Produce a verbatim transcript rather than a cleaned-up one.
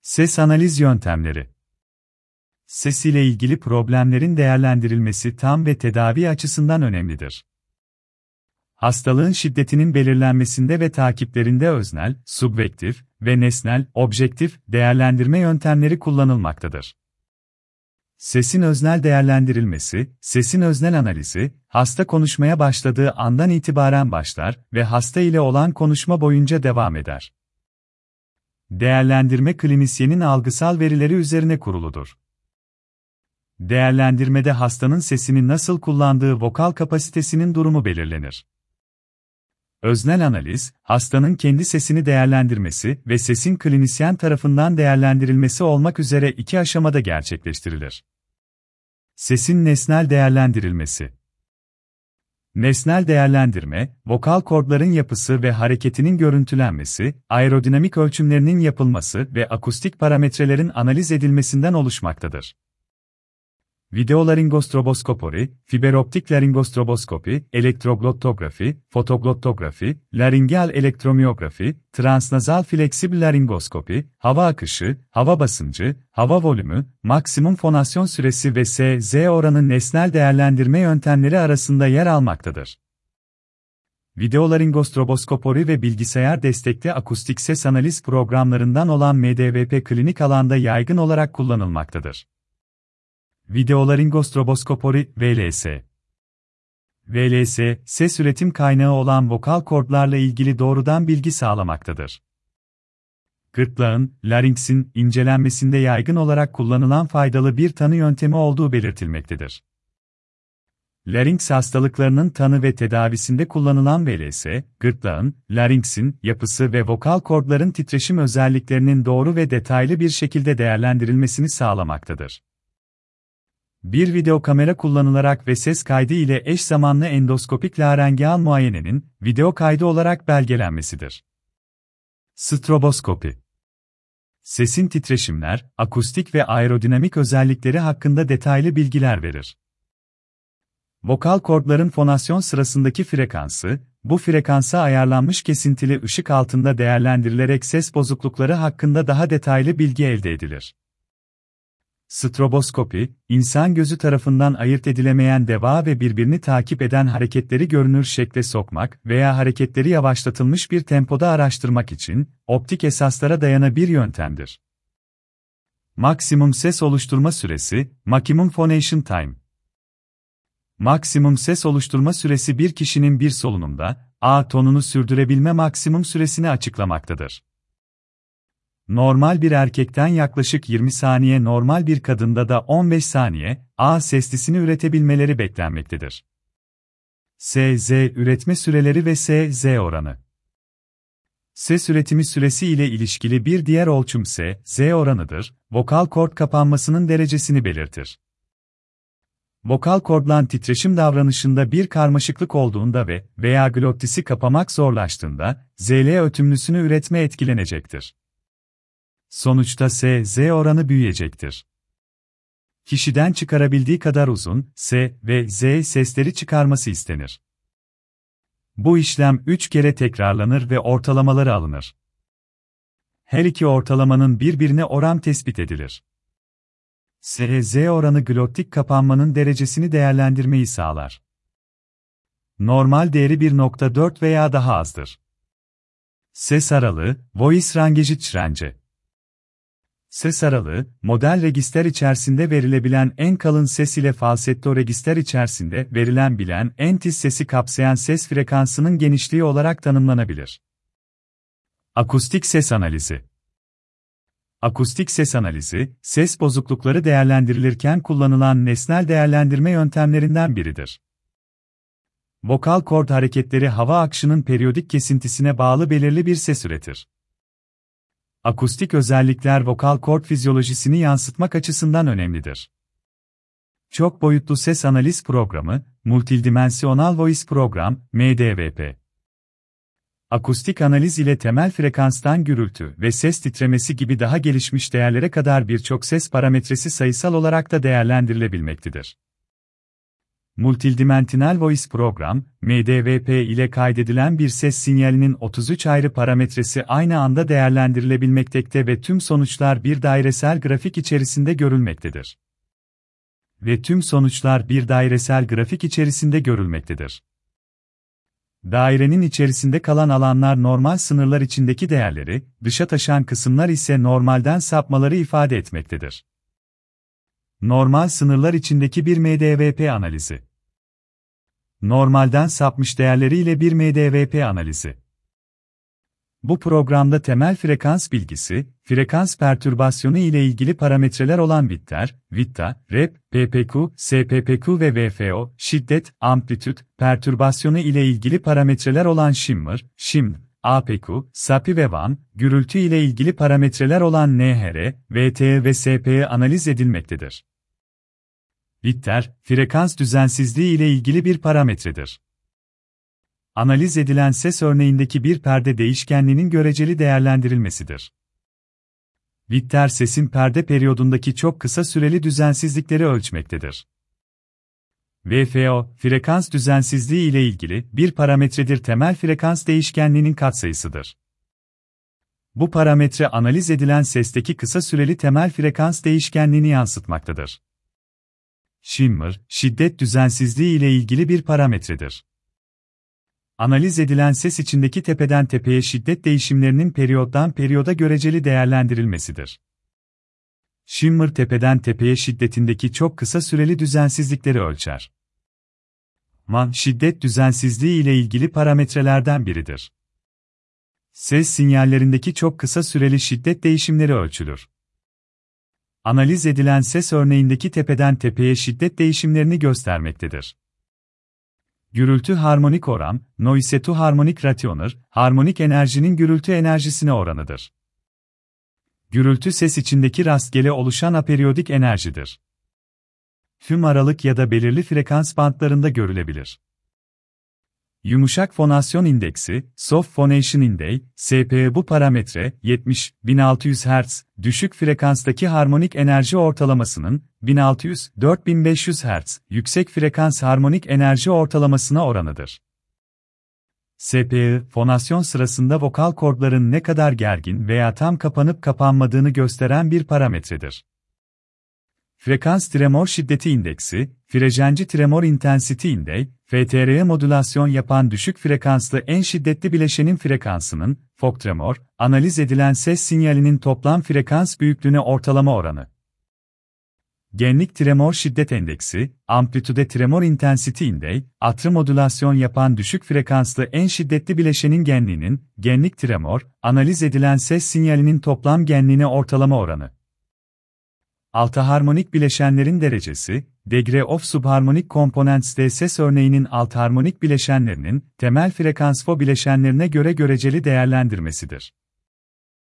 Ses analiz yöntemleri. Ses ile ilgili problemlerin değerlendirilmesi tam ve tedavi açısından önemlidir. Hastalığın şiddetinin belirlenmesinde ve takiplerinde öznel, subjektif ve nesnel, objektif değerlendirme yöntemleri kullanılmaktadır. Sesin öznel değerlendirilmesi, sesin öznel analizi, hasta konuşmaya başladığı andan itibaren başlar ve hasta ile olan konuşma boyunca devam eder. Değerlendirme klinisyenin algısal verileri üzerine kuruludur. Değerlendirmede hastanın sesini nasıl kullandığı vokal kapasitesinin durumu belirlenir. Öznel analiz, hastanın kendi sesini değerlendirmesi ve sesin klinisyen tarafından değerlendirilmesi olmak üzere iki aşamada gerçekleştirilir. Sesin nesnel değerlendirilmesi. Nesnel değerlendirme, vokal kordların yapısı ve hareketinin görüntülenmesi, aerodinamik ölçümlerinin yapılması ve akustik parametrelerin analiz edilmesinden oluşmaktadır. Videolaringostroboskopori, fiberoptik laringostroboskopi, elektroglottografi, fotoglottografi, laringeal elektromiyografi, transnazal fleksibil laringoskopi, hava akışı, hava basıncı, hava volümü, maksimum fonasyon süresi ve S Z oranı nesnel değerlendirme yöntemleri arasında yer almaktadır. Videolaringostroboskopori ve bilgisayar destekli akustik ses analiz programlarından olan M D V P klinik alanda yaygın olarak kullanılmaktadır. Videolaringostroboskopori, V L S. V L S, ses üretim kaynağı olan vokal kordlarla ilgili doğrudan bilgi sağlamaktadır. Gırtlağın, laringsin incelenmesinde yaygın olarak kullanılan faydalı bir tanı yöntemi olduğu belirtilmektedir. Larynx hastalıklarının tanı ve tedavisinde kullanılan V L S, gırtlağın, laringsin yapısı ve vokal kordların titreşim özelliklerinin doğru ve detaylı bir şekilde değerlendirilmesini sağlamaktadır. Bir video kamera kullanılarak ve ses kaydı ile eş zamanlı endoskopik larengeal muayenenin video kaydı olarak belgelenmesidir. Stroboskopi. Sesin titreşimler, akustik ve aerodinamik özellikleri hakkında detaylı bilgiler verir. Vokal kordların fonasyon sırasındaki frekansı, bu frekansa ayarlanmış kesintili ışık altında değerlendirilerek ses bozuklukları hakkında daha detaylı bilgi elde edilir. Stroboskopi, insan gözü tarafından ayırt edilemeyen deva ve birbirini takip eden hareketleri görünür şekle sokmak veya hareketleri yavaşlatılmış bir tempoda araştırmak için, optik esaslara dayanan bir yöntemdir. Maksimum ses oluşturma süresi, Maximum Phonation Time. Maksimum ses oluşturma süresi bir kişinin bir solunumda, A tonunu sürdürebilme maksimum süresini açıklamaktadır. Normal bir erkekten yaklaşık yirmi saniye, normal bir kadında da on beş saniye, A seslisini üretebilmeleri beklenmektedir. S Z üretme süreleri ve S Z oranı. Ses üretimi süresi ile ilişkili bir diğer ölçüm S Z oranıdır, vokal kord kapanmasının derecesini belirtir. Vokal kordlan titreşim davranışında bir karmaşıklık olduğunda ve veya glottisi kapamak zorlaştığında, Z L ötümlüsünü üretme etkilenecektir. Sonuçta S Z oranı büyüyecektir. Kişiden çıkarabildiği kadar uzun, S ve Z sesleri çıkarması istenir. Bu işlem üç kere tekrarlanır ve ortalamaları alınır. Her iki ortalamanın birbirine oran tespit edilir. S Z oranı glottik kapanmanın derecesini değerlendirmeyi sağlar. Normal değeri bir nokta dört veya daha azdır. Ses aralığı, voice range range. Ses aralığı, model register içerisinde verilebilen en kalın ses ile falsetto register içerisinde verilen bilen en tiz sesi kapsayan ses frekansının genişliği olarak tanımlanabilir. Akustik ses analizi. Akustik ses analizi, ses bozuklukları değerlendirilirken kullanılan nesnel değerlendirme yöntemlerinden biridir. Vokal kord hareketleri hava akışının periyodik kesintisine bağlı belirli bir ses üretir. Akustik özellikler vokal kord fizyolojisini yansıtmak açısından önemlidir. Çok boyutlu ses analiz programı, Multidimensional Voice Program, M D V P. Akustik analiz ile temel frekanstan gürültü ve ses titremesi gibi daha gelişmiş değerlere kadar birçok ses parametresi sayısal olarak da değerlendirilebilmektedir. Multidimensional Voice Program, M D V P ile kaydedilen bir ses sinyalinin otuz üç ayrı parametresi aynı anda değerlendirilebilmekte ve tüm sonuçlar bir dairesel grafik içerisinde görülmektedir. Ve tüm sonuçlar bir dairesel grafik içerisinde görülmektedir. Dairenin içerisinde kalan alanlar normal sınırlar içindeki değerleri, dışa taşan kısımlar ise normalden sapmaları ifade etmektedir. Normal sınırlar içindeki bir M D V P analizi. Normalden sapmış değerleri ile bir M D V P analizi. Bu programda temel frekans bilgisi, frekans pertürbasyonu ile ilgili parametreler olan Witter, Witta, rep, P P Q, S P P Q ve V F O, şiddet, amplitüt, pertürbasyonu ile ilgili parametreler olan Shimmer, Shim, A P Q, S A P I ve W A N, gürültü ile ilgili parametreler olan N H R, V T E ve S P E analiz edilmektedir. Witter, frekans düzensizliği ile ilgili bir parametredir. Analiz edilen ses örneğindeki bir perde değişkenliğinin göreceli değerlendirilmesidir. Witter sesin perde periyodundaki çok kısa süreli düzensizlikleri ölçmektedir. V F O, frekans düzensizliği ile ilgili bir parametredir, temel frekans değişkenliğinin katsayısıdır. Bu parametre analiz edilen sesteki kısa süreli temel frekans değişkenliğini yansıtmaktadır. Shimmer, şiddet düzensizliği ile ilgili bir parametredir. Analiz edilen ses içindeki tepeden tepeye şiddet değişimlerinin periyottan periyoda göreceli değerlendirilmesidir. Shimmer tepeden tepeye şiddetindeki çok kısa süreli düzensizlikleri ölçer. W A N, şiddet düzensizliği ile ilgili parametrelerden biridir. Ses sinyallerindeki çok kısa süreli şiddet değişimleri ölçülür. Analiz edilen ses örneğindeki tepeden tepeye şiddet değişimlerini göstermektedir. Gürültü harmonik oran, noise to harmonic ratio'nur, harmonik enerjinin gürültü enerjisine oranıdır. Gürültü ses içindeki rastgele oluşan aperiyodik enerjidir. Tüm aralık ya da belirli frekans bantlarında görülebilir. Yumuşak fonasyon indeksi, Soft Phonation Index, S P E bu parametre, yetmiş bin altı yüz Hz, düşük frekanstaki harmonik enerji ortalamasının, bin altı yüz - dört bin beş yüz Hz, yüksek frekans harmonik enerji ortalamasına oranıdır. S P E, fonasyon sırasında vokal kordların ne kadar gergin veya tam kapanıp kapanmadığını gösteren bir parametredir. Frekans tremor şiddeti indeksi, frejenci tremor intensity index, F T R E modülasyon yapan düşük frekanslı en şiddetli bileşenin frekansının, fog tremor, analiz edilen ses sinyalinin toplam frekans büyüklüğüne ortalama oranı. Genlik tremor şiddet endeksi, amplitude tremor intensity index, atrı modülasyon yapan düşük frekanslı en şiddetli bileşenin genliğinin, genlik tremor, analiz edilen ses sinyalinin toplam genliğine ortalama oranı. Altı harmonik bileşenlerin derecesi, Degree of Subharmonic Components'te ses örneğinin alt harmonik bileşenlerinin, temel frekansfo bileşenlerine göre göreceli değerlendirmesidir.